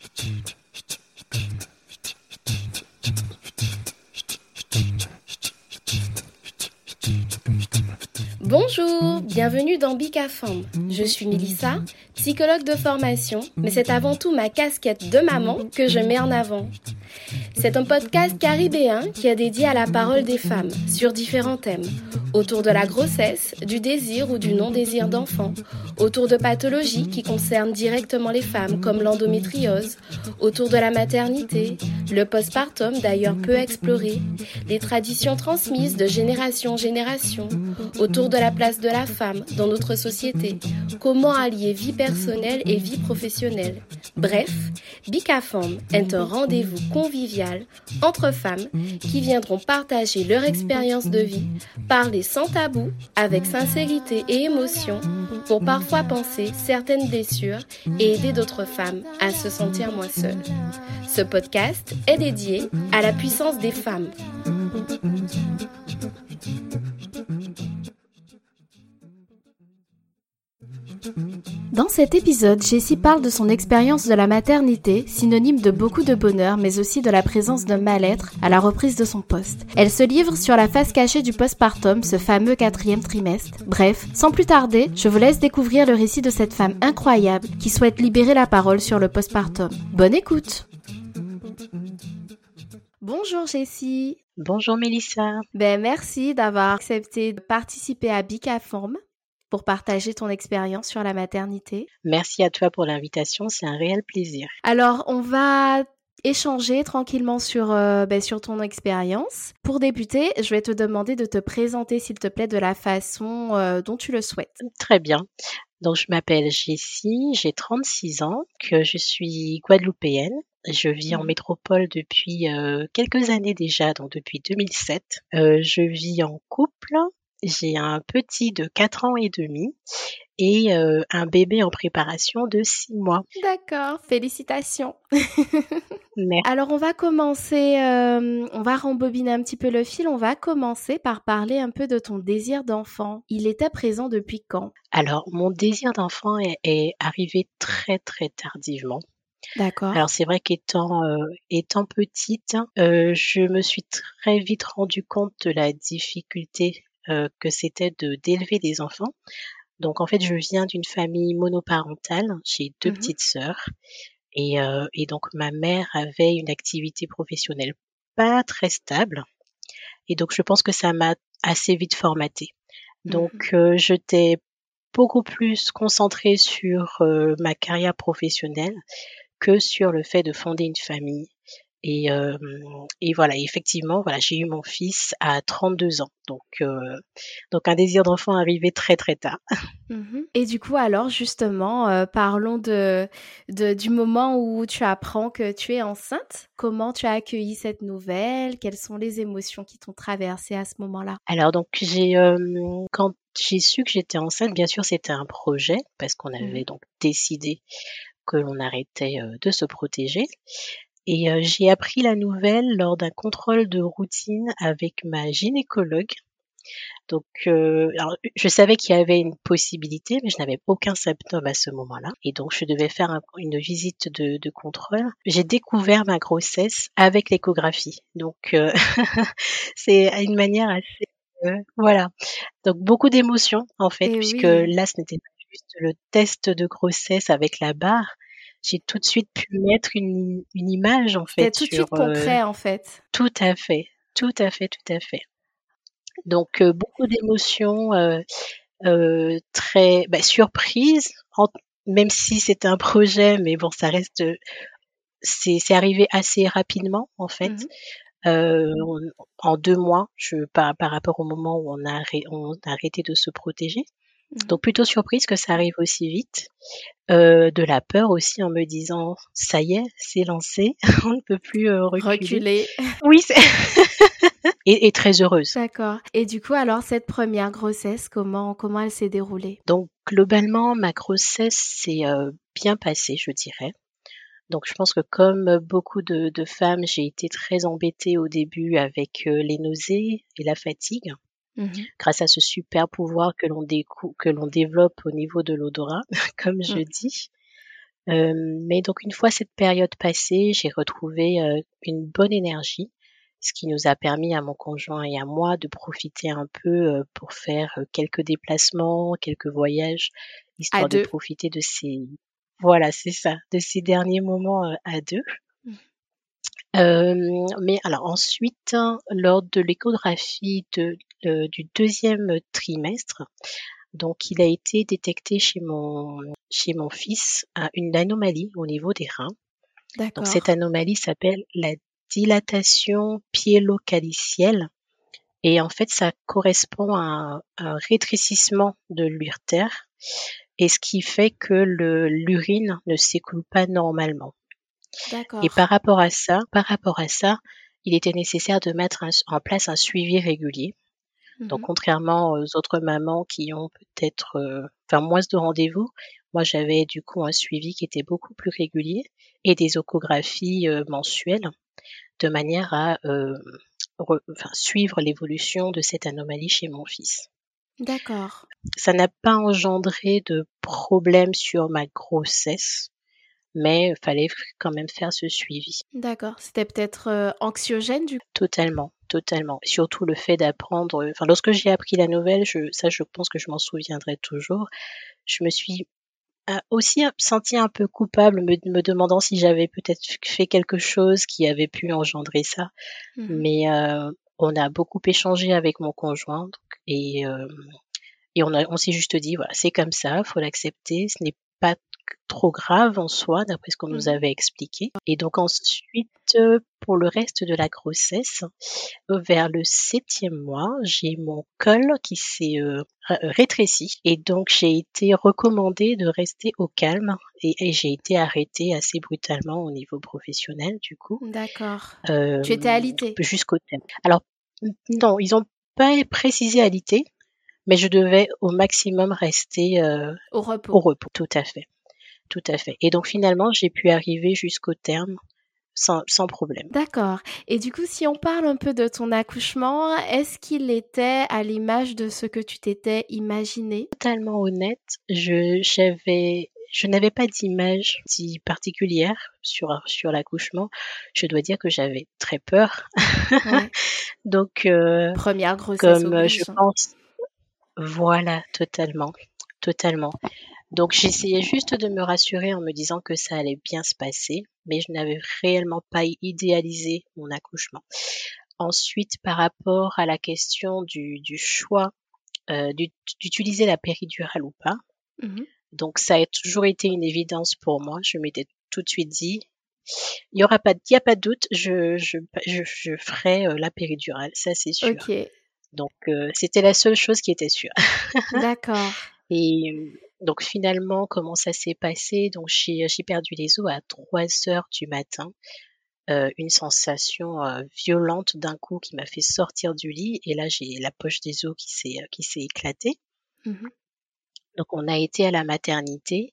Bonjour, bienvenue dans Bicafam. Je suis Mélissa, psychologue de formation, mais c'est avant tout ma casquette de maman que je mets en avant. C'est un podcast caribéen qui est dédié à la parole des femmes sur différents thèmes, autour de la grossesse, du désir ou du non-désir d'enfant, autour de pathologies qui concernent directement les femmes comme l'endométriose, autour de la maternité, le postpartum d'ailleurs peu exploré, les traditions transmises de génération en génération, autour de la place de la femme dans notre société, comment allier vie personnelle et vie professionnelle. Bref, Bicafam est un rendez-vous convivial entre femmes qui viendront partager leur expérience de vie, parler sans tabou, avec sincérité et émotion, pour parfois penser certaines blessures et aider d'autres femmes à se sentir moins seules. Ce podcast est dédié à la puissance des femmes. Dans cet épisode, Jessie parle de son expérience de la maternité, synonyme de beaucoup de bonheur, mais aussi de la présence d'un mal-être à la reprise de son poste. Elle se livre sur la face cachée du postpartum, ce fameux 4e trimestre. Bref, sans plus tarder, je vous laisse découvrir le récit de cette femme incroyable qui souhaite libérer la parole sur le postpartum. Bonne écoute! Bonjour Jessie! Bonjour Mélissa! Merci d'avoir accepté de participer à Bicafam pour partager ton expérience sur la maternité. Merci à toi pour l'invitation, c'est un réel plaisir. Alors, on va échanger tranquillement sur ton expérience. Pour débuter, je vais te demander de te présenter, s'il te plaît, de la façon dont tu le souhaites. Très bien. Donc, je m'appelle Jessie, j'ai 36 ans, que je suis guadeloupéenne. Je vis en métropole depuis quelques années déjà, donc depuis 2007. Je vis en couple. J'ai un petit de 4 ans et demi et un bébé en préparation de 6 mois. D'accord, félicitations. Merci. Alors on va commencer, on va rembobiner un petit peu le fil. On va commencer par parler un peu de ton désir d'enfant. Il était présent depuis quand? Alors, mon désir d'enfant est arrivé très très tardivement. D'accord. Alors c'est vrai qu'étant petite, je me suis très vite rendu compte de la difficulté que c'était d'élever des enfants. Donc en fait, je viens d'une famille monoparentale, j'ai 2 petites sœurs et donc ma mère avait une activité professionnelle pas très stable et donc je pense que ça m'a assez vite formatée. Donc j'étais beaucoup plus concentrée sur ma carrière professionnelle que sur le fait de fonder une famille. Et voilà, effectivement, voilà, j'ai eu mon fils à 32 ans. Donc un désir d'enfant arrivé très très tard. Et du coup, alors justement, parlons du moment où tu apprends que tu es enceinte. Comment tu as accueilli cette nouvelle? Quelles sont les émotions qui t'ont traversée à ce moment-là? Alors donc quand j'ai su que j'étais enceinte, bien sûr, c'était un projet parce qu'on avait donc décidé que l'on arrêtait de se protéger. Et j'ai appris la nouvelle lors d'un contrôle de routine avec ma gynécologue. Donc, alors, je savais qu'il y avait une possibilité, mais je n'avais aucun symptôme à ce moment-là. Et donc, je devais faire une visite de contrôle. J'ai découvert ma grossesse avec l'échographie. Donc, c'est une manière assez... voilà. Donc, beaucoup d'émotions, en fait, puisque là, ce n'était pas juste le test de grossesse avec la barre. J'ai tout de suite pu mettre une image, en fait, C'était tout de suite concret, en fait. Tout à fait, tout à fait, tout à fait. Donc beaucoup d'émotions, très surprise, même si c'était un projet, mais bon, ça reste, c'est arrivé assez rapidement, en fait. En 2 mois, par rapport au moment où on a arrêté de se protéger. Donc plutôt surprise que ça arrive aussi vite. De la peur aussi en me disant: «Ça y est, c'est lancé, on ne peut plus, reculer». Oui, c'est et très heureuse. D'accord. Et du coup, alors cette première grossesse, comment elle s'est déroulée? Donc globalement, ma grossesse s'est, bien passée, je dirais. Donc je pense que comme beaucoup de femmes, j'ai été très embêtée au début avec, les nausées et la fatigue. Grâce à ce super pouvoir que l'on développe au niveau de l'odorat, comme je dis. Mais donc une fois cette période passée, j'ai retrouvé une bonne énergie, ce qui nous a permis à mon conjoint et à moi de profiter un peu pour faire quelques déplacements, quelques voyages, À histoire de deux. profiter de ces, voilà, c'est ça, de ces derniers moments à deux. Mmh. Mais alors ensuite, lors de l'échographie du deuxième trimestre, donc il a été détecté chez mon fils une anomalie au niveau des reins. Donc cette D'accord. anomalie s'appelle la dilatation pyélocalicielle et en fait ça correspond à un rétrécissement de l'urtère et ce qui fait que l'urine ne s'écoule pas normalement. Et D'accord. par rapport à ça, il était nécessaire de mettre en place un suivi régulier. Donc Mmh. contrairement aux autres mamans qui ont peut-être, enfin moins de rendez-vous, moi j'avais du coup un suivi qui était beaucoup plus régulier et des échographies mensuelles de manière à suivre l'évolution de cette anomalie chez mon fils. D'accord. Ça n'a pas engendré de problème sur ma grossesse, mais il fallait quand même faire ce suivi. D'accord. C'était peut-être, anxiogène du Totalement, totalement. Surtout le fait d'apprendre, enfin lorsque j'ai appris la nouvelle, je pense que je m'en souviendrai toujours. Je me suis aussi sentie un peu coupable, me demandant si j'avais peut-être fait quelque chose qui avait pu engendrer ça. Mmh. Mais on a beaucoup échangé avec mon conjoint et on s'est juste dit voilà, c'est comme ça, faut l'accepter, ce n'est pas trop grave en soi, d'après ce qu'on nous Mmh. avait expliqué. Et donc ensuite, pour le reste de la grossesse, vers le 7e mois, j'ai mon col qui s'est rétréci et donc j'ai été recommandée de rester au calme et j'ai été arrêtée assez brutalement au niveau professionnel du coup, D'accord. Tu étais euh, alitée? jusqu'au terme. Alors non, ils ont pas précisé alité, mais je devais au maximum rester Au au repos? repos. Tout à fait, tout à fait. Et donc finalement, j'ai pu arriver jusqu'au terme sans problème. D'accord, et du coup, si on parle un peu de ton accouchement, est-ce qu'il était à l'image de ce que tu t'étais imaginé? Totalement honnête, je n'avais pas d'image si particulière sur l'accouchement. Je dois dire que j'avais très peur. Ouais. Donc, Première grossesse comme je oblige, hein. pense, voilà, totalement, totalement. Donc, j'essayais juste de me rassurer en me disant que ça allait bien se passer, mais je n'avais réellement pas idéalisé mon accouchement. Ensuite, par rapport à la question du choix d'utiliser la péridurale ou pas. Mmh. Donc ça a toujours été une évidence pour moi. Je m'étais tout de suite dit, il y a pas de doute, je ferai la péridurale, ça c'est sûr. OK, Donc c'était la seule chose qui était sûre. d'accord. Et donc finalement, comment ça s'est passé? Donc j'ai perdu les os à 3 heures du matin. Une sensation violente d'un coup qui m'a fait sortir du lit et là j'ai la poche des os qui s'est éclatée. Mmh. Donc on a été à la maternité.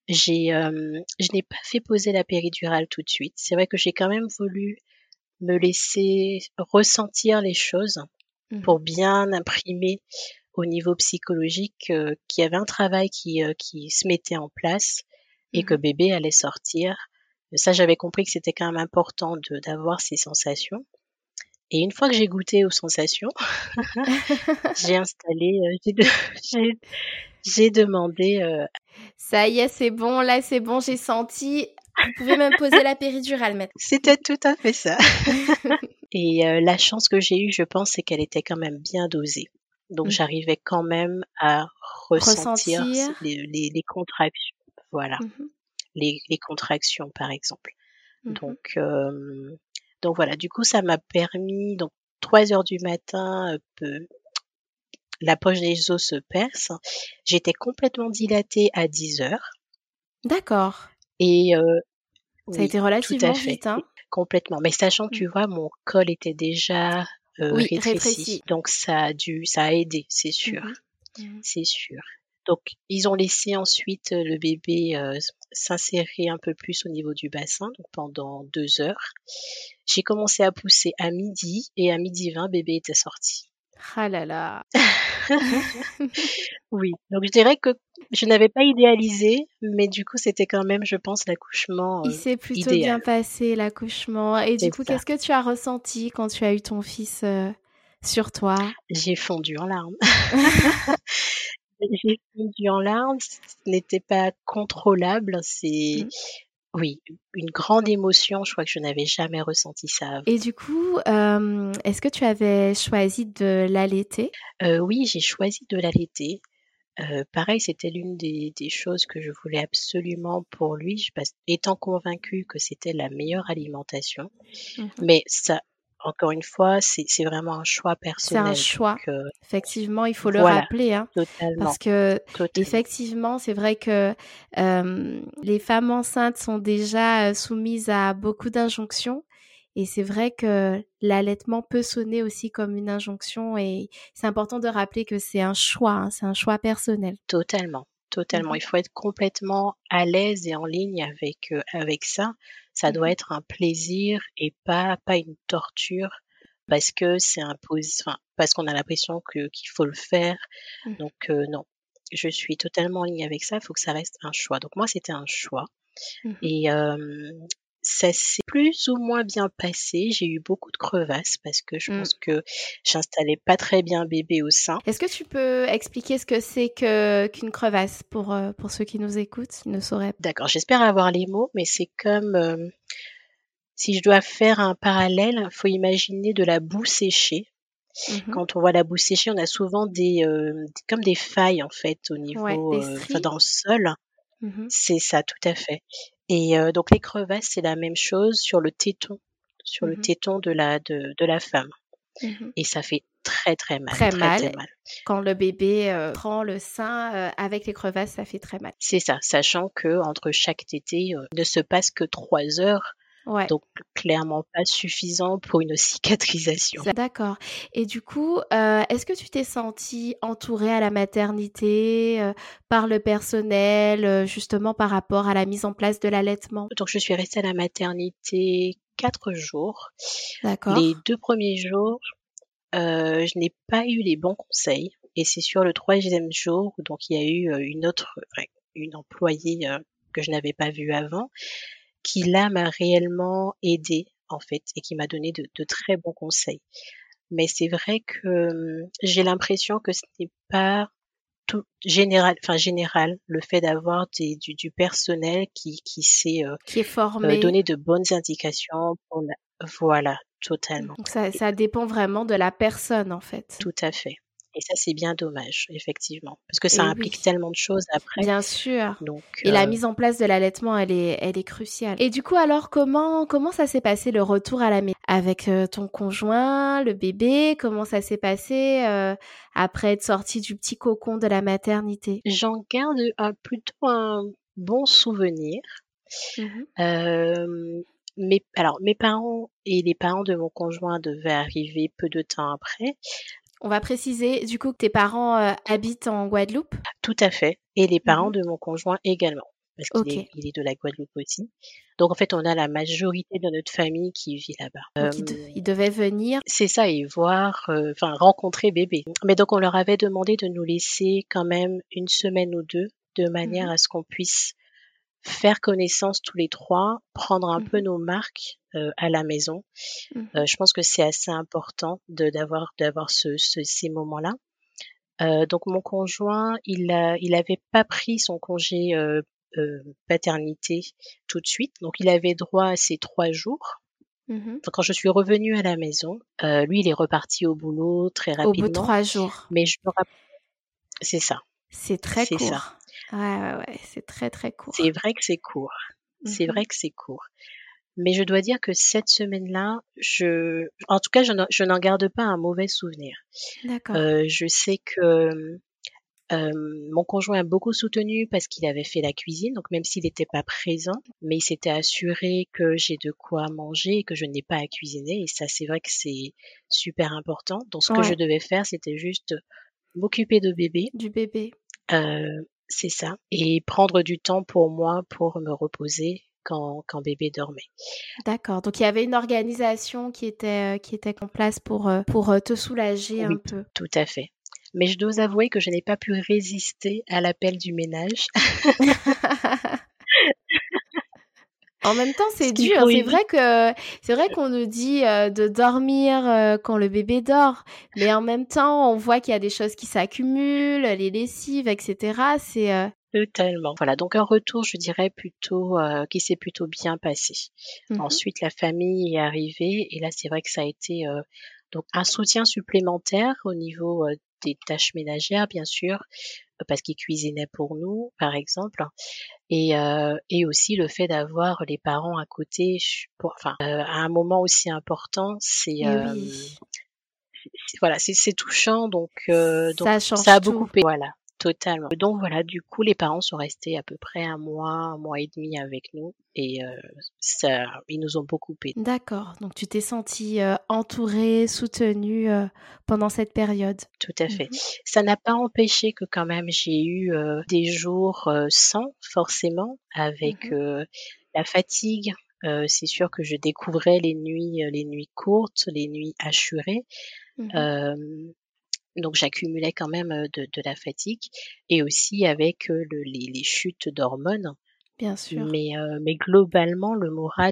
Je n'ai pas fait poser la péridurale tout de suite. C'est vrai que j'ai quand même voulu me laisser ressentir les choses Mmh. pour bien imprimer au niveau psychologique, qu'il y avait un travail qui se mettait en place et que Mmh. bébé allait sortir. Ça, j'avais compris que c'était quand même important d'avoir ces sensations. Et une fois que j'ai goûté aux sensations, j'ai installé, j'ai j'ai demandé, Ça y est, c'est bon, là, c'est bon, j'ai senti. Vous pouvez même poser la péridurale maintenant. c'était tout à fait ça. Et la chance que j'ai eue, je pense, c'est qu'elle était quand même bien dosée. Donc Mmh. j'arrivais quand même à ressentir Ressentir. les contractions. Voilà, Mmh. les contractions, par exemple. Mmh. Donc, donc voilà, du coup, ça m'a permis, donc 3 heures du matin, la poche des os se perce. J'étais complètement dilatée à 10 heures. D'accord. Et Ça a oui, été tout à relativement fait, vite, hein? complètement. Mais sachant que Mmh. tu vois, mon col était déjà Oui, rétréci, rétréci. donc ça a aidé, Mmh. Mmh. c'est sûr. Donc ils ont laissé ensuite le bébé s'insérer un peu plus au niveau du bassin, donc pendant 2 heures. J'ai commencé à pousser à midi et à 12h20, bébé était sorti. Ah là là. Oui, donc je dirais que je n'avais pas idéalisé, mais du coup, c'était quand même, je pense, l'accouchement, Il s'est plutôt idéal. bien passé l'accouchement et du C'est coup, ça. qu'est-ce que tu as ressenti quand tu as eu ton fils, sur toi? J'ai fondu en larmes. J'ai fondu en larmes, ce n'était pas contrôlable, c'est Mmh. oui, une grande émotion, je crois que je n'avais jamais ressenti ça avant. Et du coup, est-ce que tu avais choisi de l'allaiter? Oui, j'ai choisi de l'allaiter. Pareil, c'était l'une des choses que je voulais absolument pour lui, étant convaincue que c'était la meilleure alimentation. Mmh. Mais ça, encore une fois, c'est vraiment un choix C'est un personnel, donc choix. Effectivement, il faut le voilà, rappeler, hein, totalement, parce que totalement. effectivement, c'est vrai que, les femmes enceintes sont déjà, soumises à beaucoup d'injonctions et c'est vrai que l'allaitement peut sonner aussi comme une injonction et c'est important de rappeler que c'est un choix, hein, c'est un choix personnel. Totalement, totalement. Mmh. Il faut être complètement à l'aise et en ligne avec ça. Ça doit Mmh. être un plaisir et pas une torture parce que c'est enfin, parce qu'on a l'impression qu'il faut le faire. Mmh. Donc non, je suis totalement en ligne avec ça, il faut que ça reste un choix. Donc moi, c'était un choix Mmh. et ça s'est plus ou moins bien passé. J'ai eu beaucoup de crevasses parce que je Mmh. pense que j'installais pas très bien bébé au sein. Est-ce que tu peux expliquer ce que c'est qu'une crevasse pour ceux qui nous écoutent, qui ne sauraient pas? D'accord, j'espère avoir les mots, mais c'est comme, si je dois faire un parallèle, faut imaginer de la boue séchée. Mmh. Quand on voit la boue séchée, on a souvent comme des failles en fait au Ouais, niveau, des enfin stries? dans le sol. Mmh. C'est ça, tout à fait et donc les crevasses, c'est la même chose sur le Mmh. téton de la femme Mmh. et ça fait très, très mal, Très très, très mal. mal. Quand le bébé, prend le sein, avec les crevasses, ça fait très mal. C'est ça, sachant que entre chaque tétée, ne se passe que 3 heures, Ouais, donc clairement pas suffisant pour une cicatrisation. d'accord et du coup, est-ce que tu t'es sentie entourée à la maternité, par le personnel, justement par rapport à la mise en place de l'allaitement? Donc je suis restée à la maternité 4 jours. D'accord. Les 2 premiers jours, je n'ai pas eu les bons conseils et c'est sur le 3e jour où donc il y a eu, une employée, que je n'avais pas vue avant, qui là m'a réellement aidée en fait et qui m'a donné de très bons conseils. Mais c'est vrai que, j'ai l'impression que ce n'est pas tout général, le fait d'avoir du personnel qui sait, Qui est formé. donner de bonnes indications pour la voilà, Mmh, totalement donc ça et ça dépend vraiment de la personne, en fait. tout à fait et ça, c'est bien dommage, effectivement, parce que ça Et implique oui. tellement de choses après, Bien sûr donc et la mise en place de l'allaitement, elle est cruciale et du coup, alors comment ça s'est passé le retour à la maison avec, ton conjoint, le bébé? Comment ça s'est passé, après être sortie du petit cocon de la maternité? j'en garde plutôt un bon souvenir. Mmh. Hem, mes parents et les parents de mon conjoint devaient arriver peu de temps après. On va préciser du coup que tes parents, habitent en Guadeloupe? Tout à fait et les parents Mmh. de mon conjoint également, parce qu'il est OK, il est de la Guadeloupe aussi. Donc en fait, on a la majorité de notre famille qui vit là-bas. donc ils devaient venir. C'est ça et voir, enfin rencontrer bébé. Mais donc on leur avait demandé de nous laisser quand même une semaine ou 2 de manière Mmh. à ce qu'on puisse faire connaissance tous les 3, prendre un peu Mmh. nos marques, à la maison. Mmh. Je pense que c'est assez important d'avoir ces moments-là. Donc mon conjoint, il avait pas pris son congé, paternité tout de suite, donc il avait droit à ces 3 jours. Mmh. Donc quand je suis revenue à la maison, lui, il est reparti au boulot très Au bout de rapidement, 3 jours. mais je me rapp c'est ça, C'est très c'est ça. court. Ouais, ouais, ouais, c'est très, très C'est court. vrai que c'est court, c'est Mmh. vrai que c'est court. Mais je dois dire que cette semaine-là, en tout cas, je n'en garde pas un mauvais souvenir. D'accord. Je sais que, mon conjoint a beaucoup soutenu parce qu'il avait fait la cuisine, donc même s'il n'était pas présent, mais il s'était assuré que j'ai de quoi manger et que je n'ai pas à cuisiner et ça, c'est vrai que c'est super important. Donc ce que je Ouais, devais faire, c'était juste m'occuper de bébé, du bébé. c'est ça et prendre du temps pour moi, pour me reposer quand bébé dormait. D'accord, donc il y avait une organisation qui était en place pour te soulager un Oui, peu. tout à fait. Mais je dois avouer que je n'ai pas pu résister à l'appel du ménage. En même temps, Ce c'est qu'il dur. faut C'est éviter. vrai que c'est vrai qu'on nous dit de dormir quand le bébé dort, mais en même temps, on voit qu'il y a des choses qui s'accumulent, les lessives, etc. C'est Totalement. Voilà, donc un retour, je dirais plutôt qui s'est plutôt bien passé. Mhm. Ensuite, la famille est arrivée et là, c'est vrai que ça a été donc un soutien supplémentaire au niveau des tâches ménagères, bien sûr, parce qu'ils cuisinaient pour nous, par exemple, et aussi le fait d'avoir les parents à côté, à un moment aussi important, Et oui, voilà, c'est touchant, donc ça ça a change beaucoup tout. aidé, voilà, totalement. Donc voilà, du coup, les parents sont restés à peu près un mois et demi avec nous et ça ils nous ont beaucoup aidés. D'accord. Donc tu t'es sentie entourée, soutenue pendant cette période. Tout à fait. Mhm. Ça n'a pas empêché que quand même j'ai eu, des jours, sans forcément avec, Mhm. la fatigue, c'est sûr que je découvrais les nuits courtes, les nuits hachurées, Mhm. hem donc j'accumulais quand même, de la fatigue et aussi avec, les chutes d'hormones, Bien sûr. mais globalement le moral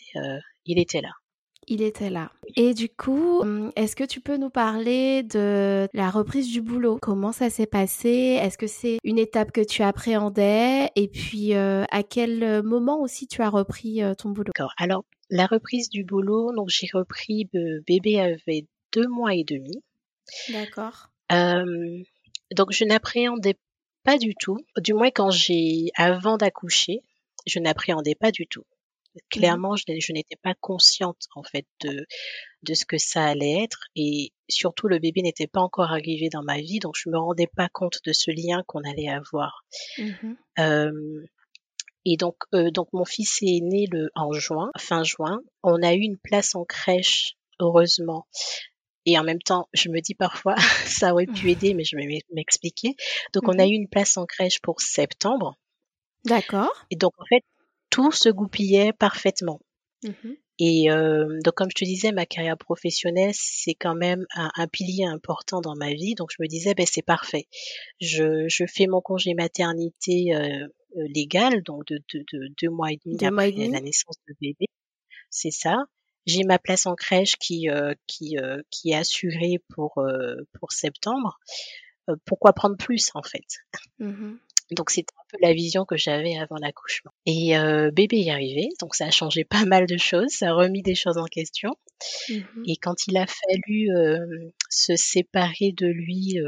il était là. Il était là. Et du coup, est-ce que tu peux nous parler de la reprise du boulot? Comment ça s'est passé? Est-ce que c'est une étape que tu appréhendais? Et puis, à quel moment aussi tu as repris, ton boulot? D'accord. Alors la reprise du boulot, donc j'ai repris, bébé avait 2 mois et demi. D'accord. Hem, donc je n'appréhendais pas du tout, du moins avant d'accoucher, je n'appréhendais pas du tout. Mmh. Clairement, je n'étais pas consciente en fait de ce que ça allait être et surtout le bébé n'était pas encore arrivé dans ma vie, donc je me rendais pas compte de ce lien qu'on allait avoir. Mmh. Hem et donc mon fils est né en juin, fin juin. On a eu une place en crèche, heureusement, et en même temps, je me dis parfois ça aurait pu aider, mais je vais m'expliquer. Donc on a Mmh. eu une place en crèche pour septembre D'accord. et donc en fait, tout se goupillait parfaitement. Mmh. Et donc comme je te disais, ma carrière professionnelle, c'est quand même un pilier important dans ma vie, donc je me disais: «Beh, c'est parfait». Je fais mon congé maternité, légal, donc de 2 mois et demi 2 mois et après la demi? naissance de bébé, c'est ça. J'ai ma place en crèche qui est assurée pour septembre. Pourquoi prendre plus, en fait? Mmh. Donc c'était un peu la vision que j'avais avant l'accouchement et bébé est arrivé, donc ça a changé pas mal de choses, ça a remis des choses en question Mmh. et quand il a fallu, se séparer de lui,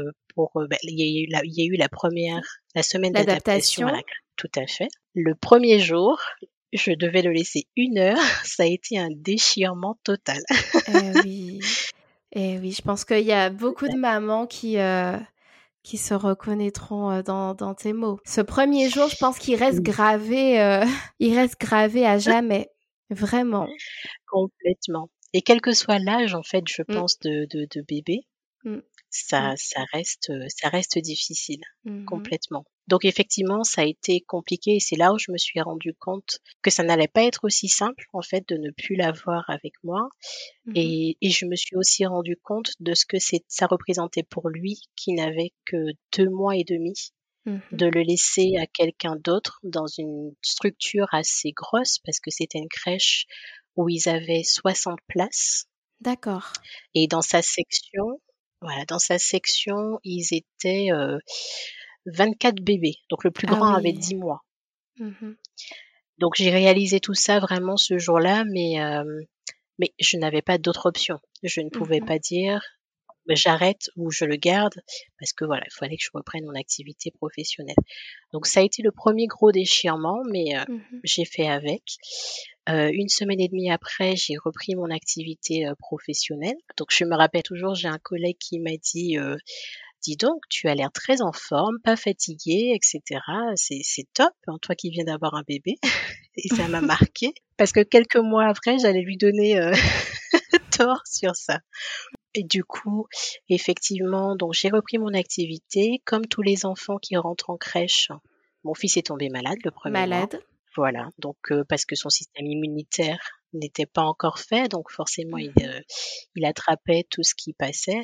il y a eu la semaine d'adaptation à L'adaptation? la crèche, tout à fait. Le premier jour, je devais le laisser 1 heure, ça a été un déchirement total. Eh oui. Eh oui, je pense qu'il y a beaucoup de mamans qui se reconnaîtront, dans tes mots. Ce premier jour, je pense qu'il reste Oui, gravé, il reste gravé à jamais. Vraiment. complètement et quel que soit l'âge, en fait, je Mmh, pense de bébé, mmh, mmh, ça reste difficile, mmh. complètement. Donc effectivement, ça a été compliqué et c'est là où je me suis rendu compte que ça n'allait pas être aussi simple, en fait, de ne plus l'avoir avec moi Mmh. et je me suis aussi rendu compte de ce que ça représentait pour lui, qui n'avait que 2 mois et demi, Mmh. de le laisser à quelqu'un d'autre dans une structure assez grosse parce que c'était une crèche où ils avaient 60 places D'accord. et dans sa section, ils étaient, 24 bébés, donc le plus Ah grand avait oui. 10 mois. Mmh. Donc j'ai réalisé tout ça vraiment ce jour-là, mais je n'avais pas d'autre option. Je ne pouvais Mmh. pas dire: «Bah, j'arrête ou je le garde», parce que voilà, il fallait que je reprenne mon activité professionnelle. Donc ça a été le premier gros déchirement, mais Mmh. j'ai fait avec. 1 semaine et demie après, j'ai repris mon activité, professionnelle. Donc je me rappelle toujours, j'ai un collègue qui m'a dit, «Dis donc, tu as l'air très en forme, pas fatiguée et cetera. C'est top, hein, toi qui viens d'avoir un bébé» et ça m'a marquée parce que quelques mois après, j'allais lui donner, tort sur ça. Et du coup, effectivement, donc j'ai repris mon activité. Comme tous les enfants qui rentrent en crèche, mon fils est tombé malade le premier mois. Malade? Voilà, donc parce que son système immunitaire n'était pas encore fait, donc forcément Mmh. il attrapait tout ce qui passait.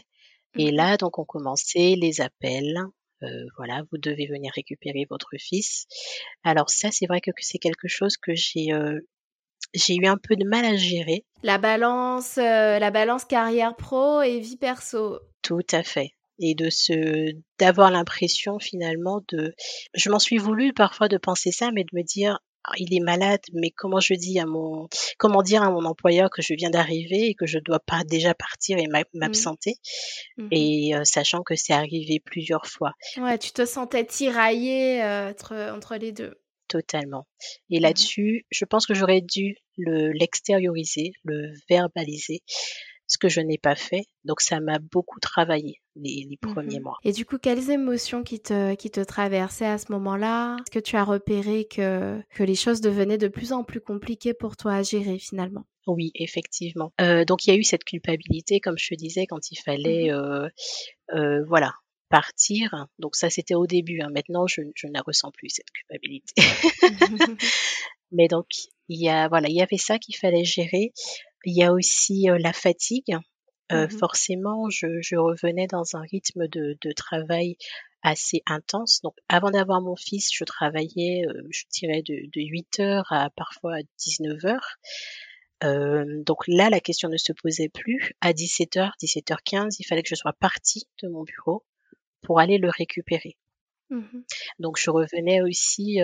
Et Mhm. là, donc, on commençait les appels. Voilà, vous devez venir récupérer votre fils. Alors ça, c'est vrai que c'est quelque chose que j'ai eu un peu de mal à gérer. La balance carrière pro et vie perso. Tout à fait. Et d'avoir l'impression finalement je m'en suis voulu parfois de penser ça, mais de me dire: «Ah, il est malade, mais comment dire à mon employeur que je viens d'arriver et que je dois pas déjà partir et Mm. m'absenter?» Mhm. Et sachant que c'est arrivé plusieurs fois. Ouais, tu te sentais tiraillée entre les deux. Totalement. Et Mhm. là-dessus, je pense que j'aurais dû l'extérioriser, le verbaliser, ce que je n'ai pas fait. Donc ça m'a beaucoup travaillé les premiers Mhm. mois. Et du coup, quelles émotions qui te traversaient à ce moment-là? Est-ce que tu as repéré que les choses devenaient de plus en plus compliquées pour toi à gérer finalement? Oui, effectivement. Donc il y a eu cette culpabilité, comme je te disais, quand il fallait, Mhm. voilà, partir. Donc ça, c'était au début, hein. Maintenant, je ne la ressens plus, cette culpabilité. Mais donc, voilà, il y avait ça qu'il fallait gérer. Il y a aussi, la fatigue. Mhm. Forcément, je revenais dans un rythme de travail assez intense. Donc avant d'avoir mon fils, je travaillais, je dirais de 8 heures à parfois 19 heures. Donc là, la question ne se posait plus. À 17 heures, 17h15, il fallait que je sois partie de mon bureau pour aller le récupérer. Mhm. Donc je revenais aussi,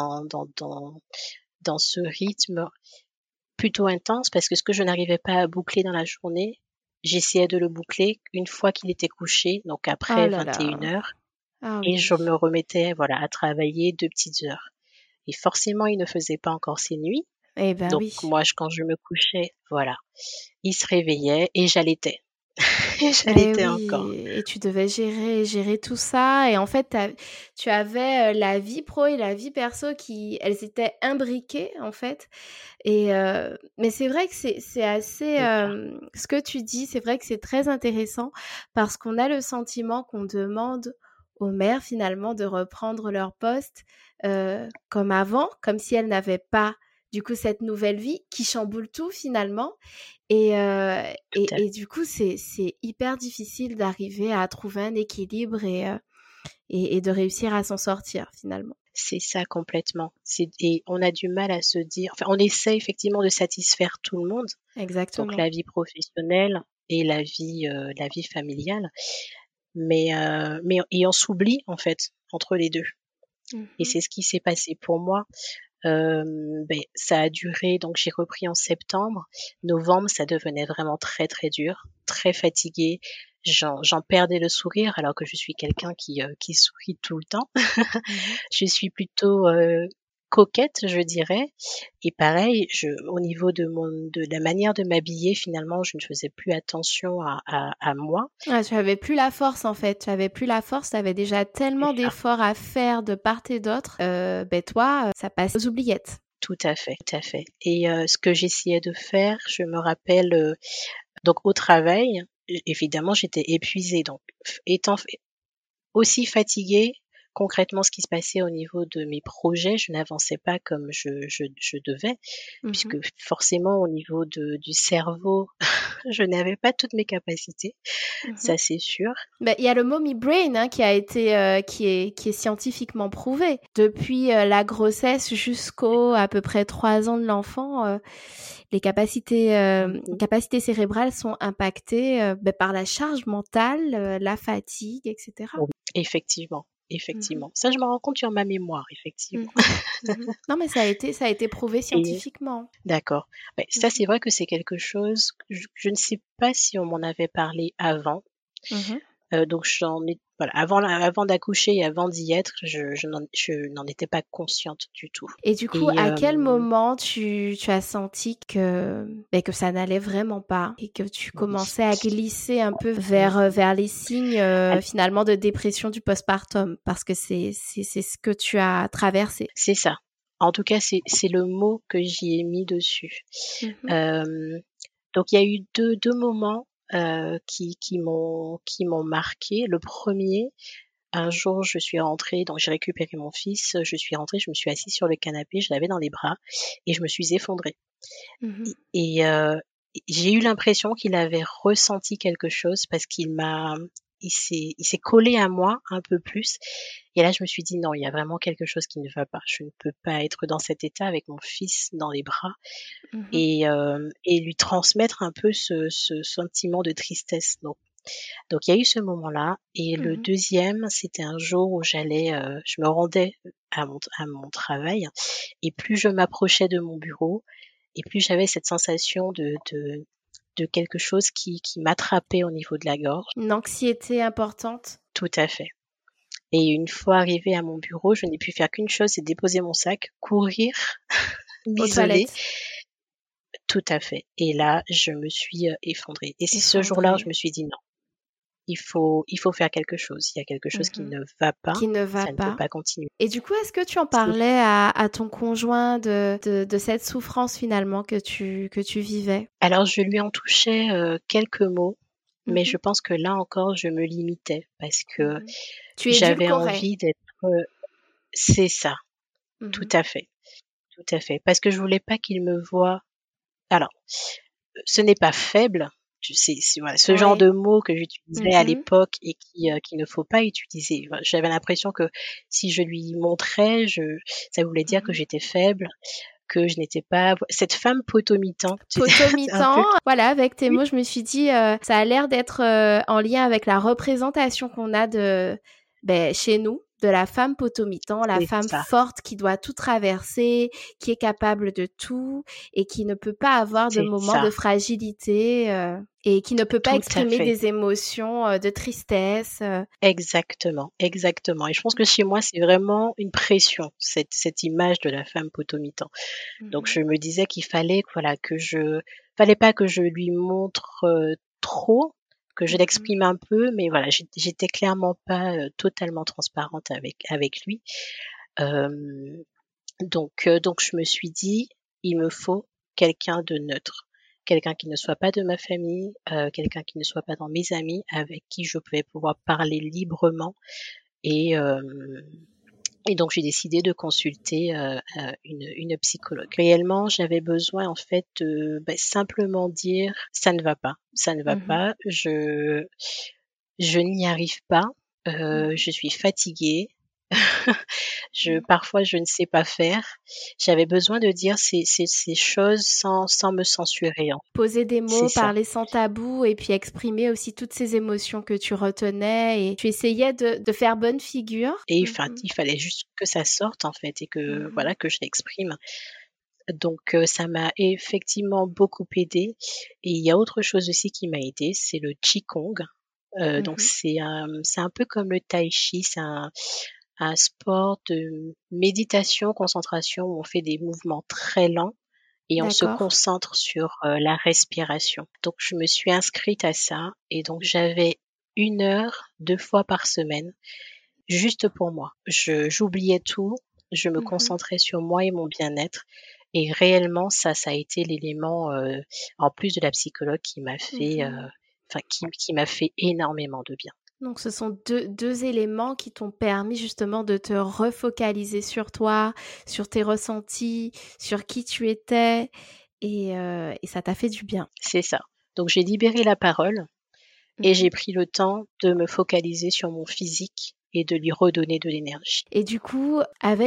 dans ce rythme plutôt intense, parce que ce que je n'arrivais pas à boucler dans la journée, j'essayais de le boucler une fois qu'il était couché, donc Oh après là 21 là. heures, Ah et oui. je me remettais, voilà, à travailler 2 petites heures. Et forcément, il ne faisait pas encore ses nuits, Eh ben donc oui. moi, quand je me couchais, voilà, il se réveillait et j'allaitais. Et Eh j'allaitais encore. oui, et tu devais gérer tout ça et en fait, tu avais, la vie pro et la vie perso qui elles étaient imbriquées, en fait et mais c'est vrai que c'est assez, C'est ça, ce que tu dis, c'est vrai que c'est très intéressant parce qu'on a le sentiment qu'on demande aux mères, finalement, de reprendre leur poste, comme avant, comme si elles n'avaient pas, du coup, cette nouvelle vie qui chamboule tout, finalement et tout à et du coup, c'est hyper difficile d'arriver à trouver un équilibre et de réussir à s'en sortir finalement. c'est ça complètement. Et on a du mal à se dire, enfin, on essaie effectivement de satisfaire tout le monde, donc Exactement. la vie professionnelle et la vie familiale, mais on s'oublie en fait entre les 2. Et Mmh. c'est ce qui s'est passé pour moi. Ça a duré, donc j'ai repris en septembre. Novembre, ça devenait vraiment très, très dur, très fatiguée. J'en perdais le sourire alors que je suis quelqu'un qui sourit tout le temps. Mmh. Je suis plutôt, coquette, je dirais. Et pareil, au niveau de la manière de m'habiller, finalement, je ne faisais plus attention à moi. Ouais, tu avais plus la force en fait, tu avais plus la force, tu avais déjà C'est tellement ça, d'efforts à faire de part et d'autre, beh, toi, ça passe aux oubliettes. tout à fait, tout à fait. Et ce que j'essayais de faire, je me rappelle, donc au travail, évidemment, j'étais épuisée, donc étant aussi fatiguée, concrètement, ce qui se passait au niveau de mes projets, je n'avançais pas comme je devais, puisque Mmh. forcément au niveau du cerveau, je n'avais pas toutes mes capacités, Mmh. ça c'est sûr. Bah, il y a le mommy brain, hein, qui a été, qui est scientifiquement prouvé. Depuis, la grossesse jusqu'aux à peu près 3 ans de l'enfant, les Mmh. capacités cérébrales sont impactées, beh, par la charge mentale, la fatigue et cetera. Oui, effectivement, Mmh. effectivement. Ça, je me rends compte sur ma mémoire, effectivement. Mmh. Mmh. Non, mais ça a été prouvé Et scientifiquement. d'accord. Beh, ça, Mmh. c'est vrai que c'est quelque chose que je ne sais pas si on m'en avait parlé avant. Mmh. Donc j'en ai voilà, avant d'accoucher et avant d'y être, je n'en étais pas consciente du tout. Et du coup, Et à quel moment tu as senti que, beh, que ça n'allait vraiment pas et que tu oui, commençais à glisser un peu mmh, vers les signes, al finalement de dépression du postpartum? Parce que c'est ce que tu as traversé. c'est ça. En tout cas, c'est le mot que j'y ai mis dessus. Mmh. Hem, donc il y a eu deux moments, qui m'ont marquée. Le premier, un jour, je suis rentrée, donc j'ai récupéré mon fils, je suis rentrée, je me suis assise sur le canapé, je l'avais dans les bras et je me suis effondrée. Mmh. Et j'ai eu l'impression qu'il avait ressenti quelque chose parce il s'est collé à moi un peu plus. Et là, je me suis dit non, il y a vraiment quelque chose qui ne va pas. Je ne peux pas être dans cet état avec mon fils dans les bras Mhm. et lui transmettre un peu ce sentiment de tristesse. Donc il y a eu ce moment-là. Et le Mhm. deuxième, c'était un jour où je me rendais à mon travail. Et plus je m'approchais de mon bureau, et plus j'avais cette sensation de quelque chose qui m'attrapait au niveau de la gorge. Une anxiété importante Tout à fait. Et une fois arrivée à mon bureau, je n'ai pu faire qu'une chose, c'est déposer mon sac, courir, aux m'isoler. toilettes. Tout à fait. Et là, je me suis effondrée. Et c'est ce jour-là où je Effondrée. me suis dit non, il faut faire quelque chose. Il y a quelque chose qui Mhm. ne va pas. Qui ne va Ça ne peut pas. pas continuer. Et du coup, est-ce que tu en C'est parlais à ton conjoint de cette souffrance finalement que tu vivais? Alors je lui en touchais quelques mots, mais je Mhm. pense que là encore, je me limitais parce que Mhm. Tu j'avais édulcorais. envie d'être. C'est ça, tout Mhm. à fait, tout à fait. Parce que je voulais pas qu'il me voie. Alors, ce n'est pas faible. Tu sais, voilà, ce genre Oui. de mots que j'utilisais à Mhm. l'époque et qu'il ne faut pas utiliser. Voilà, j'avais l'impression que si je lui montrais, ça voulait dire que Mhm. j'étais faible, que je n'étais pas cette femme potomitan. C'est un Potomitan, peu. voilà, avec tes Oui, mots, je me suis dit, ça a l'air d'être en lien avec la représentation qu'on a chez nous, de la femme potomitan, la c'est femme ça, forte qui doit tout traverser, qui est capable de tout et qui ne peut pas avoir de c'est moments de ça, fragilité et qui ne peut pas tout à exprimer fait. des émotions de tristesse. Exactement, exactement. Et je pense que chez moi, c'est vraiment une pression, cette image de la femme potomitan. Donc Mhm, je me disais qu'il fallait, voilà, fallait pas que je lui montre trop, que je mhm, l'exprime un peu, mais voilà, j'étais clairement pas totalement transparente avec lui. Euh, donc je me suis dit, il me faut quelqu'un de neutre, quelqu'un qui ne soit pas de ma famille, quelqu'un qui ne soit pas dans mes amis, avec qui je pouvais pouvoir parler librement et euh, et donc j'ai décidé de consulter une psychologue. Réellement, j'avais besoin en fait de simplement dire ça ne va pas, ça ne va mhm, pas, je n'y arrive pas, mhm, je suis fatiguée, mhm. parfois je ne sais pas faire. J'avais besoin de dire ces choses sans me censurer. Poser des C'est mots, ça. parler sans tabou et puis exprimer aussi toutes ces émotions que tu retenais et tu essayais de faire bonne figure. Et enfin, Mhm, il fallait juste que ça sorte en fait et que mhm, voilà que je l'exprime. Donc ça m'a effectivement beaucoup aidée. Et il y a autre chose aussi qui m'a aidée, c'est le qigong. Donc mhm. c'est un peu comme le tai chi, c'est un sport de méditation, concentration où on fait des mouvements très lents et on se D'accord. concentre sur la respiration. Donc je me suis inscrite à ça et donc j'avais 1 heure 2 fois par semaine juste pour moi. J'oubliais tout, je me Mhm, concentrais sur moi et mon bien-être. Et réellement, ça a été l'élément, en plus de la psychologue qui m'a fait, mhm. enfin qui m'a fait énormément de bien. Donc ce sont deux éléments qui t'ont permis justement de te refocaliser sur toi, sur tes ressentis, sur qui tu étais et ça t'a fait du bien. C'est ça. Donc j'ai libéré la parole et Mhm. j'ai pris le temps de me focaliser sur mon physique et de lui redonner de l'énergie. Et du coup,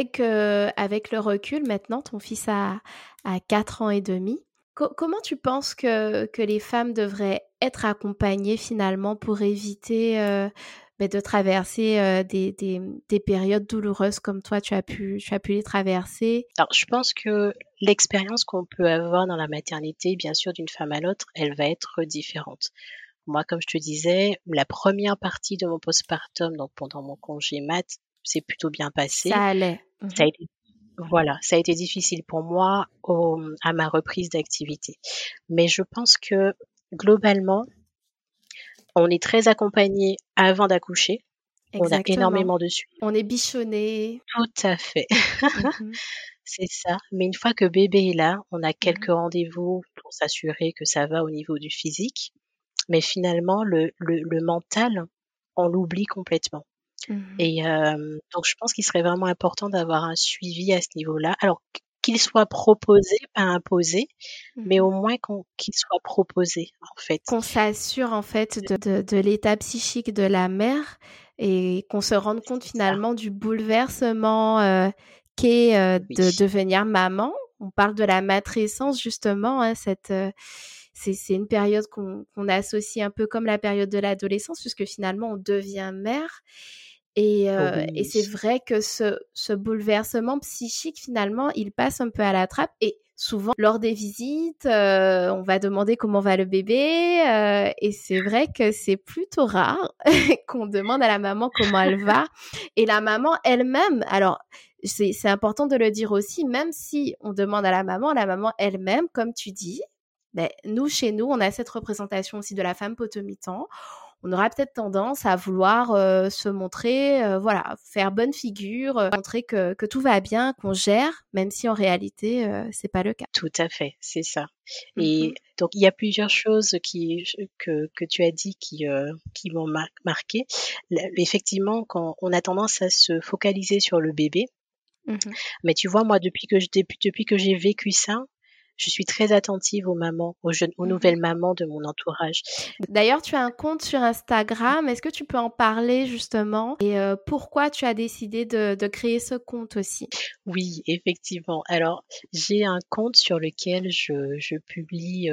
avec le recul, maintenant, ton fils a 4 ans et demi. Comment tu penses que les femmes devraient être accompagnées finalement pour éviter de traverser des périodes douloureuses comme toi, tu as pu les traverser? Alors je pense que l'expérience qu'on peut avoir dans la maternité, bien sûr d'une femme à l'autre, elle va être différente. Moi, comme je te disais, la première partie de mon postpartum, donc pendant mon congé mat, s'est plutôt bien passé. Ça allait. Ça a Mhm. été Voilà, ça a été difficile pour moi à ma reprise d'activité. Mais je pense que globalement, on est très accompagné avant d'accoucher. On a Exactement. énormément de suivi. On est bichonnés. Tout à fait, Mhm. c'est ça. Mais une fois que bébé est là, on a quelques Mhm. rendez-vous pour s'assurer que ça va au niveau du physique. Mais finalement, le mental, on l'oublie complètement. Mhm. Et donc je pense qu'il serait vraiment important d'avoir un suivi à ce niveau-là. Alors qu'il soit proposé, pas imposé, mais au moins qu'il soit proposé, en fait. Qu'on s'assure, en fait, de l'état psychique de la mère et qu'on se rende compte finalement du bouleversement qu'est de devenir maman. On parle de la matrescence, justement, hein, c'est une période qu'on associe un peu comme la période de l'adolescence, puisque finalement, on devient mère. Et c'est vrai que ce bouleversement psychique, finalement, il passe un peu à la trappe. Et souvent, lors des visites, on va demander comment va le bébé. Et c'est vrai que c'est plutôt rare qu'on demande à la maman comment elle va. Et la maman elle-même, alors c'est important de le dire aussi, même si on demande à la maman elle-même, comme tu dis, ben, nous, chez nous, on a cette représentation aussi de la femme potomitan. On aura peut-être tendance à vouloir se montrer, voilà, faire bonne figure, montrer que tout va bien, qu'on gère, même si en réalité, c'est pas le cas. Tout à fait, c'est ça. Et donc, il y a plusieurs choses que tu as dit qui m'ont marqué. Effectivement, quand on a tendance à se focaliser sur le bébé, mais tu vois, moi, depuis que j'ai vécu ça, je suis très attentive aux mamans, aux nouvelles mamans de mon entourage. D'ailleurs, tu as un compte sur Instagram. Est-ce que tu peux en parler justement et pourquoi tu as décidé de créer ce compte aussi? Oui, effectivement. Alors, j'ai un compte sur lequel je publie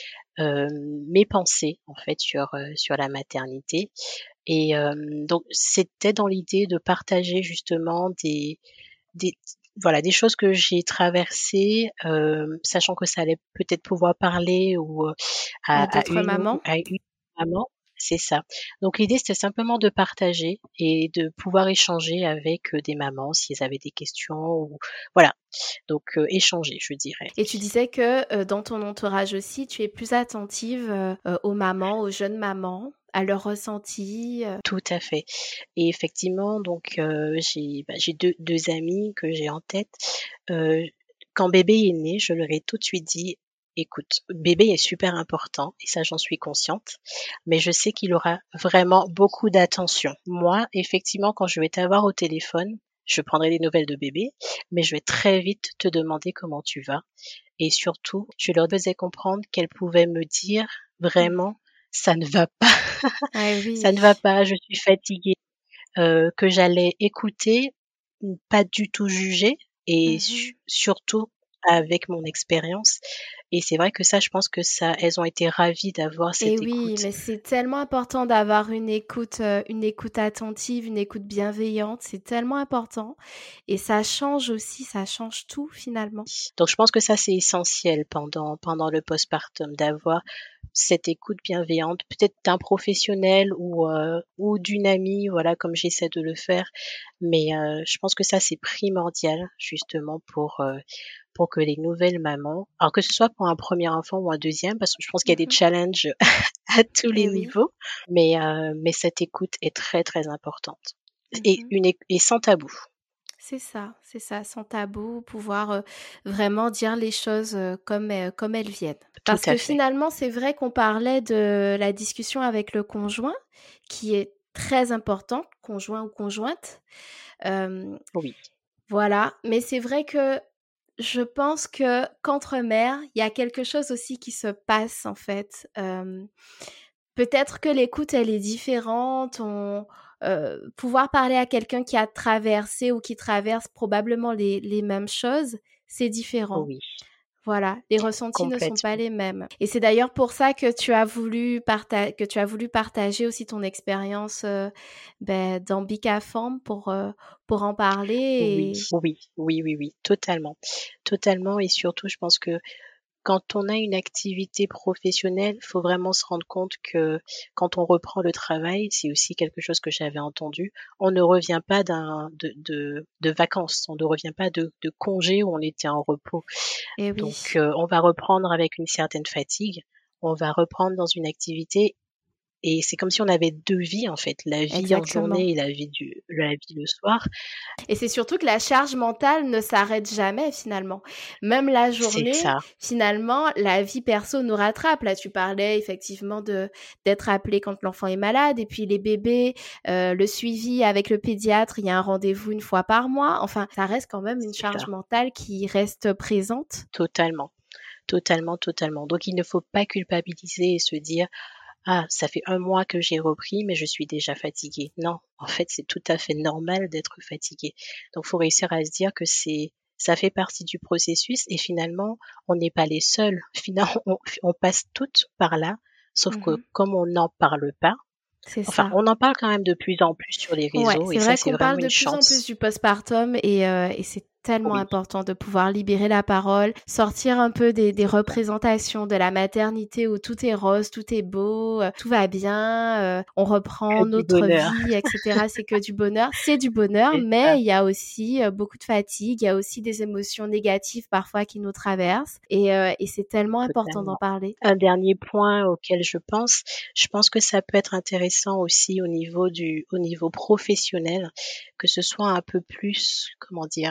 mes pensées en fait sur la maternité. Et donc c'était dans l'idée de partager justement des voilà, des choses que j'ai traversées, sachant que ça allait peut-être pouvoir parler ou À à d'autres mamans? une maman. C'est ça. Donc l'idée, c'était simplement de partager et de pouvoir échanger avec des mamans si elles avaient des questions ou voilà. Donc échanger, je dirais. Et tu disais que dans ton entourage aussi, tu es plus attentive aux mamans, aux jeunes mamans, à leurs ressentis. Tout à fait. Et effectivement, donc j'ai deux amies que j'ai en tête. Heu, Quand bébé est né, je leur ai tout de suite dit: «Écoute, bébé est super important et ça, j'en suis consciente, mais je sais qu'il aura vraiment beaucoup d'attention. Moi, effectivement, quand je vais t'avoir au téléphone, je prendrai des nouvelles de bébé, mais je vais très vite te demander comment tu vas et surtout, je leur faisais comprendre qu'elles pouvaient me dire vraiment: "Ça ne va pas, Ah ça oui. ne va pas, je suis fatiguée", que j'allais écouter, pas du tout juger et surtout avec mon expérience. Et c'est vrai que ça, je pense que ça elles ont été ravies d'avoir Et cette oui, écoute. mais c'est tellement important d'avoir une écoute attentive, une écoute bienveillante. C'est tellement important. Et ça change aussi, ça change tout finalement. Donc je pense que ça, c'est essentiel pendant le postpartum, d'avoir cette écoute bienveillante, peut-être d'un professionnel ou d'une amie, voilà, comme j'essaie de le faire. Mais je pense que ça, c'est primordial justement pour que les nouvelles mamans, alors que ce soit pour un premier enfant ou un deuxième, parce que je pense qu'il y a des challenges à tous les Et oui. niveaux, mais cette écoute est très, très importante et sans tabou. C'est ça, sans tabou, pouvoir vraiment dire les choses comme elles viennent. Tout Parce à que fait. finalement, c'est vrai qu'on parlait de la discussion avec le conjoint, qui est très importante, conjoint ou conjointe. Oui, Voilà, mais c'est vrai que je pense que qu'entre mères, il y a quelque chose aussi qui se passe en fait. Peut-être que l'écoute, elle est différente. Pouvoir parler à quelqu'un qui a traversé ou qui traverse probablement les mêmes choses, c'est différent. oui, Voilà, les ressentis ne sont pas complètement. les mêmes. Et c'est d'ailleurs pour ça que tu as voulu partager aussi ton expérience dans Bicaform pour en Oui, parler. oui, oui, oui, oui, totalement. Totalement et surtout, je pense que quand on a une activité professionnelle, il faut vraiment se rendre compte que quand on reprend le travail, c'est aussi quelque chose que j'avais entendu, on ne revient pas de vacances, on ne revient pas de congés où on était en repos. Et Donc, oui. on va reprendre avec une certaine fatigue, on va reprendre dans une activité Et c'est comme si on avait 2 vies en fait, la vie en Exactement. journée et la vie le soir. Et c'est surtout que la charge mentale ne s'arrête jamais finalement. Même la C'est journée, ça, finalement, la vie perso nous rattrape. Là, tu parlais effectivement d'être appelé quand l'enfant est malade et puis les bébés, le suivi avec le pédiatre, il y a un rendez-vous une fois par mois. Enfin, ça reste quand même une c'est charge ça, mentale qui reste présente. totalement, totalement, totalement. Donc il ne faut pas culpabiliser et se dire: «Ah, ça fait 1 mois que j'ai repris, mais je suis déjà fatiguée». Non, en fait, c'est tout à fait normal d'être fatigué. Donc faut réussir à se dire que ça fait partie du processus et finalement, on n'est pas les seuls. Finalement, on passe toutes par là, sauf que Mhm. comme on n'en parle pas, C'est enfin, ça. on en parle quand même de plus en plus sur les Ouais, réseaux et c'est ça, vrai c'est qu'on vraiment parle de une plus en plus chance. du postpartum et c'est tellement Oui, important de pouvoir libérer la parole, sortir un peu des c'est ça. représentations de la maternité où tout est rose, tout est beau, tout va bien, on Que reprend du notre bonheur. vie, etc. C'est que du bonheur. C'est du bonheur, C'est ça, mais il y a aussi beaucoup de fatigue, il y a aussi des émotions négatives parfois qui nous traversent et c'est tellement important d'en totalement. parler. Un dernier point auquel je pense que ça peut être intéressant aussi au niveau professionnel, que ce soit un peu plus, comment dire,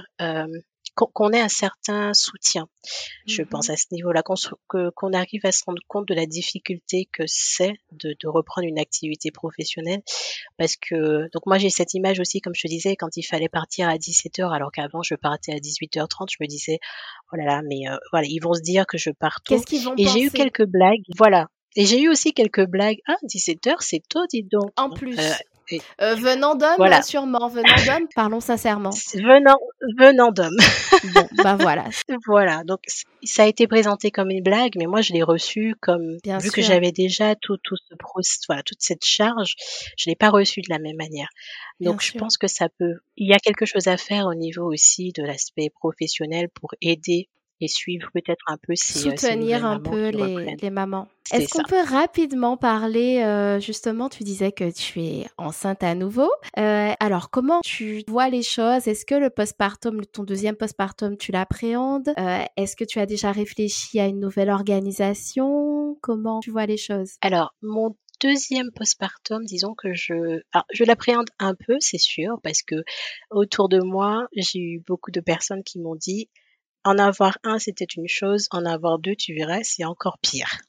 qu'on ait un certain soutien. Je pense Mhm. à ce niveau-là, qu'on arrive à se rendre compte de la difficulté que c'est de reprendre une activité professionnelle. Parce que, donc moi j'ai cette image aussi, comme je te disais, quand il fallait partir à 17h, alors qu'avant je partais à 18h30, je me disais, oh là là, mais voilà, ils vont se dire que je pars tôt. Qu'est-ce qu'ils vont Et j'ai eu penser? quelques blagues, voilà. Et j'ai eu aussi quelques blagues. Ah, 17h, c'est tôt, dis donc. En Euh, plus. et Venant d'hommes, voilà, sûrement. Venant d'hommes, parlons sincèrement. venant, venant d'homme. Bon, bah voilà, Voilà, donc ça a été présenté comme une blague, mais moi je l'ai reçu comme, bien vu que sûr, j'avais déjà tout ce voilà, toute cette charge, je l'ai pas reçu de la même manière. bien Donc je sûr. pense que il y a quelque chose à faire au niveau aussi de l'aspect professionnel pour aider et suivre peut-être un peu ces Soutenir nouvelles un mamans peu qui reprennent. les mamans. C'est Est-ce qu'on ça. peut rapidement parler, justement, tu disais que tu es enceinte à nouveau. Alors, comment tu vois les choses? Est-ce que le postpartum, ton deuxième postpartum, tu l'appréhendes? Est-ce que tu as déjà réfléchi à une nouvelle organisation? Comment tu vois les choses? Alors, mon deuxième postpartum, disons que alors, je l'appréhende un peu, c'est sûr, parce que autour de moi, j'ai eu beaucoup de personnes qui m'ont dit: «En avoir un, c'était une chose, en avoir 2, tu verras, c'est encore pire».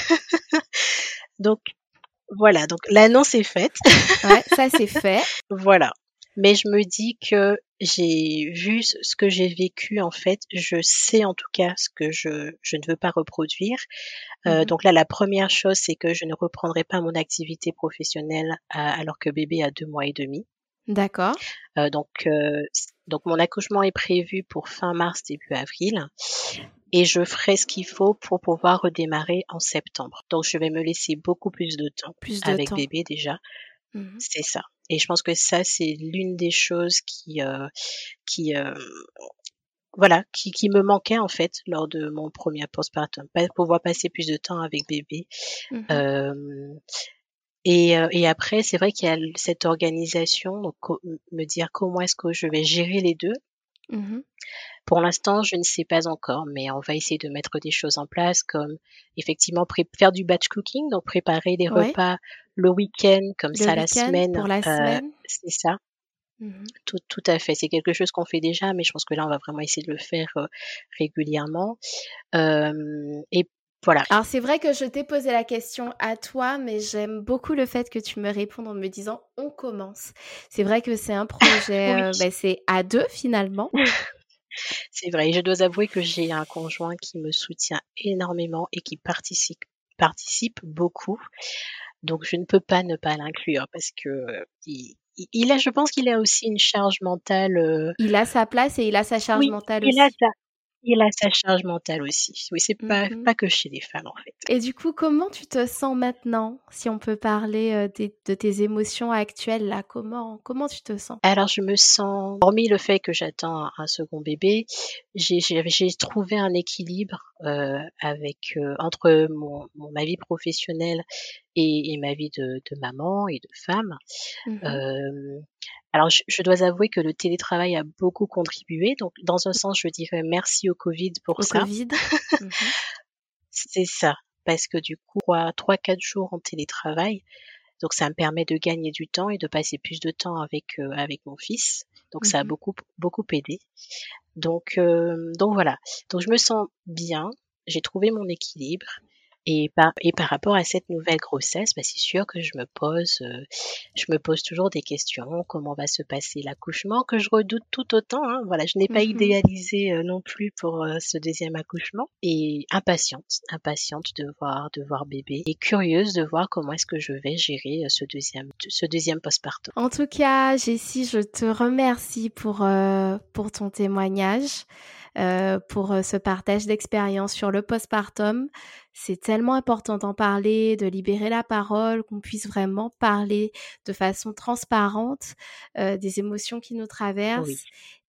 Donc voilà, donc l'annonce est faite, Ouais, ça c'est fait. voilà. Mais je me dis que j'ai vu ce que j'ai vécu, en fait, je sais en tout cas ce que je ne veux pas reproduire. Mmh. Donc là, la première chose, c'est que je ne reprendrai pas mon activité professionnelle alors que bébé a 2 mois et demi. D'accord. Donc mon accouchement est prévu pour fin mars, début avril et je ferai ce qu'il faut pour pouvoir redémarrer en septembre. Donc je vais me laisser beaucoup plus de temps Plus de avec temps. bébé déjà, Mmh. c'est ça. Et je pense que ça, c'est l'une des choses qui, voilà, qui me manquait en fait lors de mon premier postpartum. Pouvoir passer plus de temps avec bébé. Mmh. Hem et après, c'est vrai qu'il y a cette organisation, donc me dire comment est-ce que je vais gérer les 2. Mmh. Pour l'instant, je ne sais pas encore, mais on va essayer de mettre des choses en place comme effectivement faire du batch cooking, donc préparer les Ouais, repas le week-end, comme le ça la week-end pour semaine, la semaine. c'est ça, Mmh. tout à fait. C'est quelque chose qu'on fait déjà, mais je pense que là, on va vraiment essayer de le faire, régulièrement. Et voilà. Alors c'est vrai que je t'ai posé la question à toi, mais j'aime beaucoup le fait que tu me répondes en me disant: «On commence». C'est vrai que c'est un projet, Oui. c'est à 2 finalement. C'est vrai et je dois avouer que j'ai un conjoint qui me soutient énormément et qui participe beaucoup, donc je ne peux pas ne pas l'inclure parce que, il a je pense qu'il a aussi une charge mentale, Il a sa place et il a sa charge oui, mentale il a aussi. sa il a sa charge mentale aussi. Oui, c'est Mmh. pas que chez les femmes, en fait. Et du coup, comment tu te sens maintenant? Si on peut parler, de tes émotions actuelles là, comment tu te sens? Alors je me sens hormis le fait que j'attends un second bébé, j'ai trouvé un équilibre, entre ma vie professionnelle et ma vie de maman et de femme. Mmh. Hem, alors je dois avouer que le télétravail a beaucoup contribué, donc dans un sens, je dirais merci au Covid pour Au ça. Covid? Mmh. C'est ça, parce que du coup, 3-4 jours en télétravail, Donc ça me permet de gagner du temps et de passer plus de temps avec mon fils. Donc ça a beaucoup aidé. Donc voilà. Donc je me sens bien, j'ai trouvé mon équilibre. Et par rapport à cette nouvelle grossesse, c'est sûr que je me pose toujours des questions. Comment va se passer l'accouchement, que je redoute tout autant, hein. Voilà, je n'ai pas idéalisé non plus pour ce deuxième accouchement. Et impatiente de voir bébé et curieuse de voir comment est-ce que je vais gérer ce deuxième postpartum. En tout cas, Jessie, je te remercie pour ton témoignage. Pour ce partage d'expérience sur le postpartum. C'est tellement important d'en parler, de libérer la parole, qu'on puisse vraiment parler de façon transparente des émotions qui nous traversent. Oui.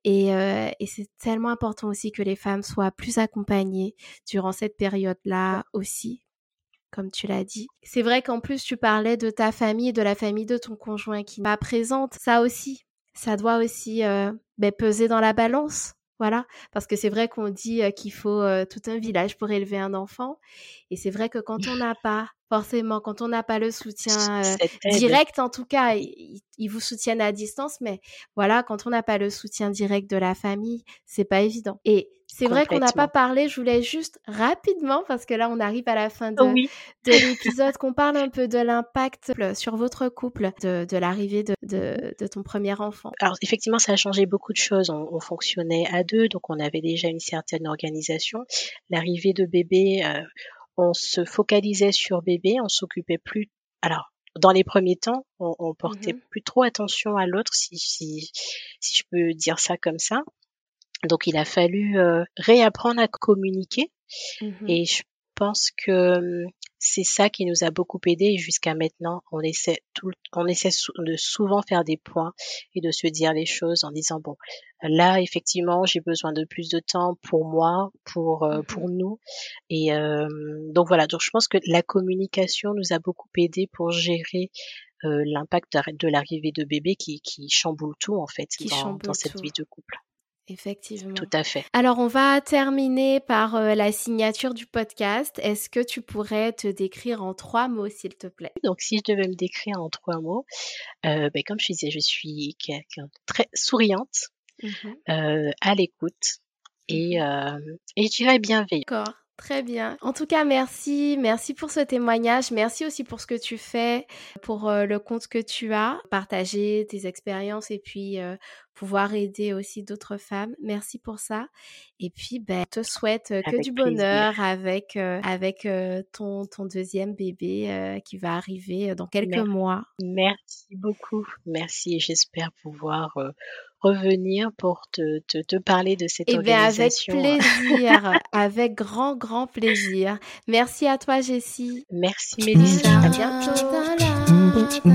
Et c'est tellement important aussi que les femmes soient plus accompagnées durant cette période-là aussi, comme tu l'as dit. C'est vrai qu'en plus, tu parlais de ta famille et de la famille de ton conjoint qui n'est pas présente. Ça aussi, ça doit aussi peser dans la balance. Voilà, parce que c'est vrai qu'on dit qu'il faut tout un village pour élever un enfant. Et c'est vrai que quand on n'a pas le soutien direct, en tout cas, ils vous soutiennent à distance, mais voilà, quand on n'a pas le soutien direct de la famille, c'est pas évident. Et c'est vrai qu'on n'a pas parlé, je voulais juste rapidement, parce que là, on arrive à la fin de l'épisode, qu'on parle un peu de l'impact sur votre couple de l'arrivée de ton premier enfant. Alors, effectivement, ça a changé beaucoup de choses. On fonctionnait à deux, donc on avait déjà une certaine organisation. L'arrivée de bébé, on se focalisait sur bébé, on s'occupait plus. Alors, dans les premiers temps, on portait plus trop attention à l'autre, si je peux dire ça comme ça. Donc, il a fallu réapprendre à communiquer. Et je pense que c'est ça qui nous a beaucoup aidé. Et jusqu'à maintenant, on essaie de souvent faire des points et de se dire les choses en disant bon, là effectivement, j'ai besoin de plus de temps pour moi, pour nous. Et donc voilà. Donc je pense que la communication nous a beaucoup aidé pour gérer l'impact de l'arrivée de bébé qui chamboule tout en fait dans cette vie de couple. Effectivement. Tout à fait. Alors, on va terminer par la signature du podcast. Est-ce que tu pourrais te décrire en 3 mots, s'il te plaît? Donc, si je devais me décrire en 3 mots, comme je disais, je suis quelqu'un de très souriante, à l'écoute et je dirais bienveillante. D'accord. Très bien. En tout cas, merci pour ce témoignage. Merci aussi pour ce que tu fais, pour le compte que tu as, partager tes expériences et puis pouvoir aider aussi d'autres femmes. Merci pour ça. Et puis, je te souhaite que du bonheur avec ton deuxième bébé qui va arriver dans quelques mois. Merci beaucoup. Merci. J'espère pouvoir revenir pour te parler de cette organisation. Avec plaisir, avec grand plaisir. Merci à toi, Jessie. Merci, Mélissa. À bientôt.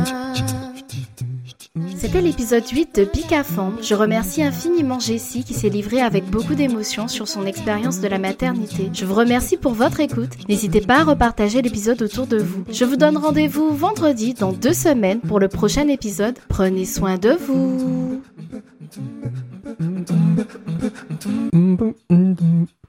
C'était l'épisode 8 de Pic à Femme. Je remercie infiniment Jessie qui s'est livrée avec beaucoup d'émotion sur son expérience de la maternité. Je vous remercie pour votre écoute. N'hésitez pas à repartager l'épisode autour de vous. Je vous donne rendez-vous vendredi dans 2 semaines pour le prochain épisode. Prenez soin de vous.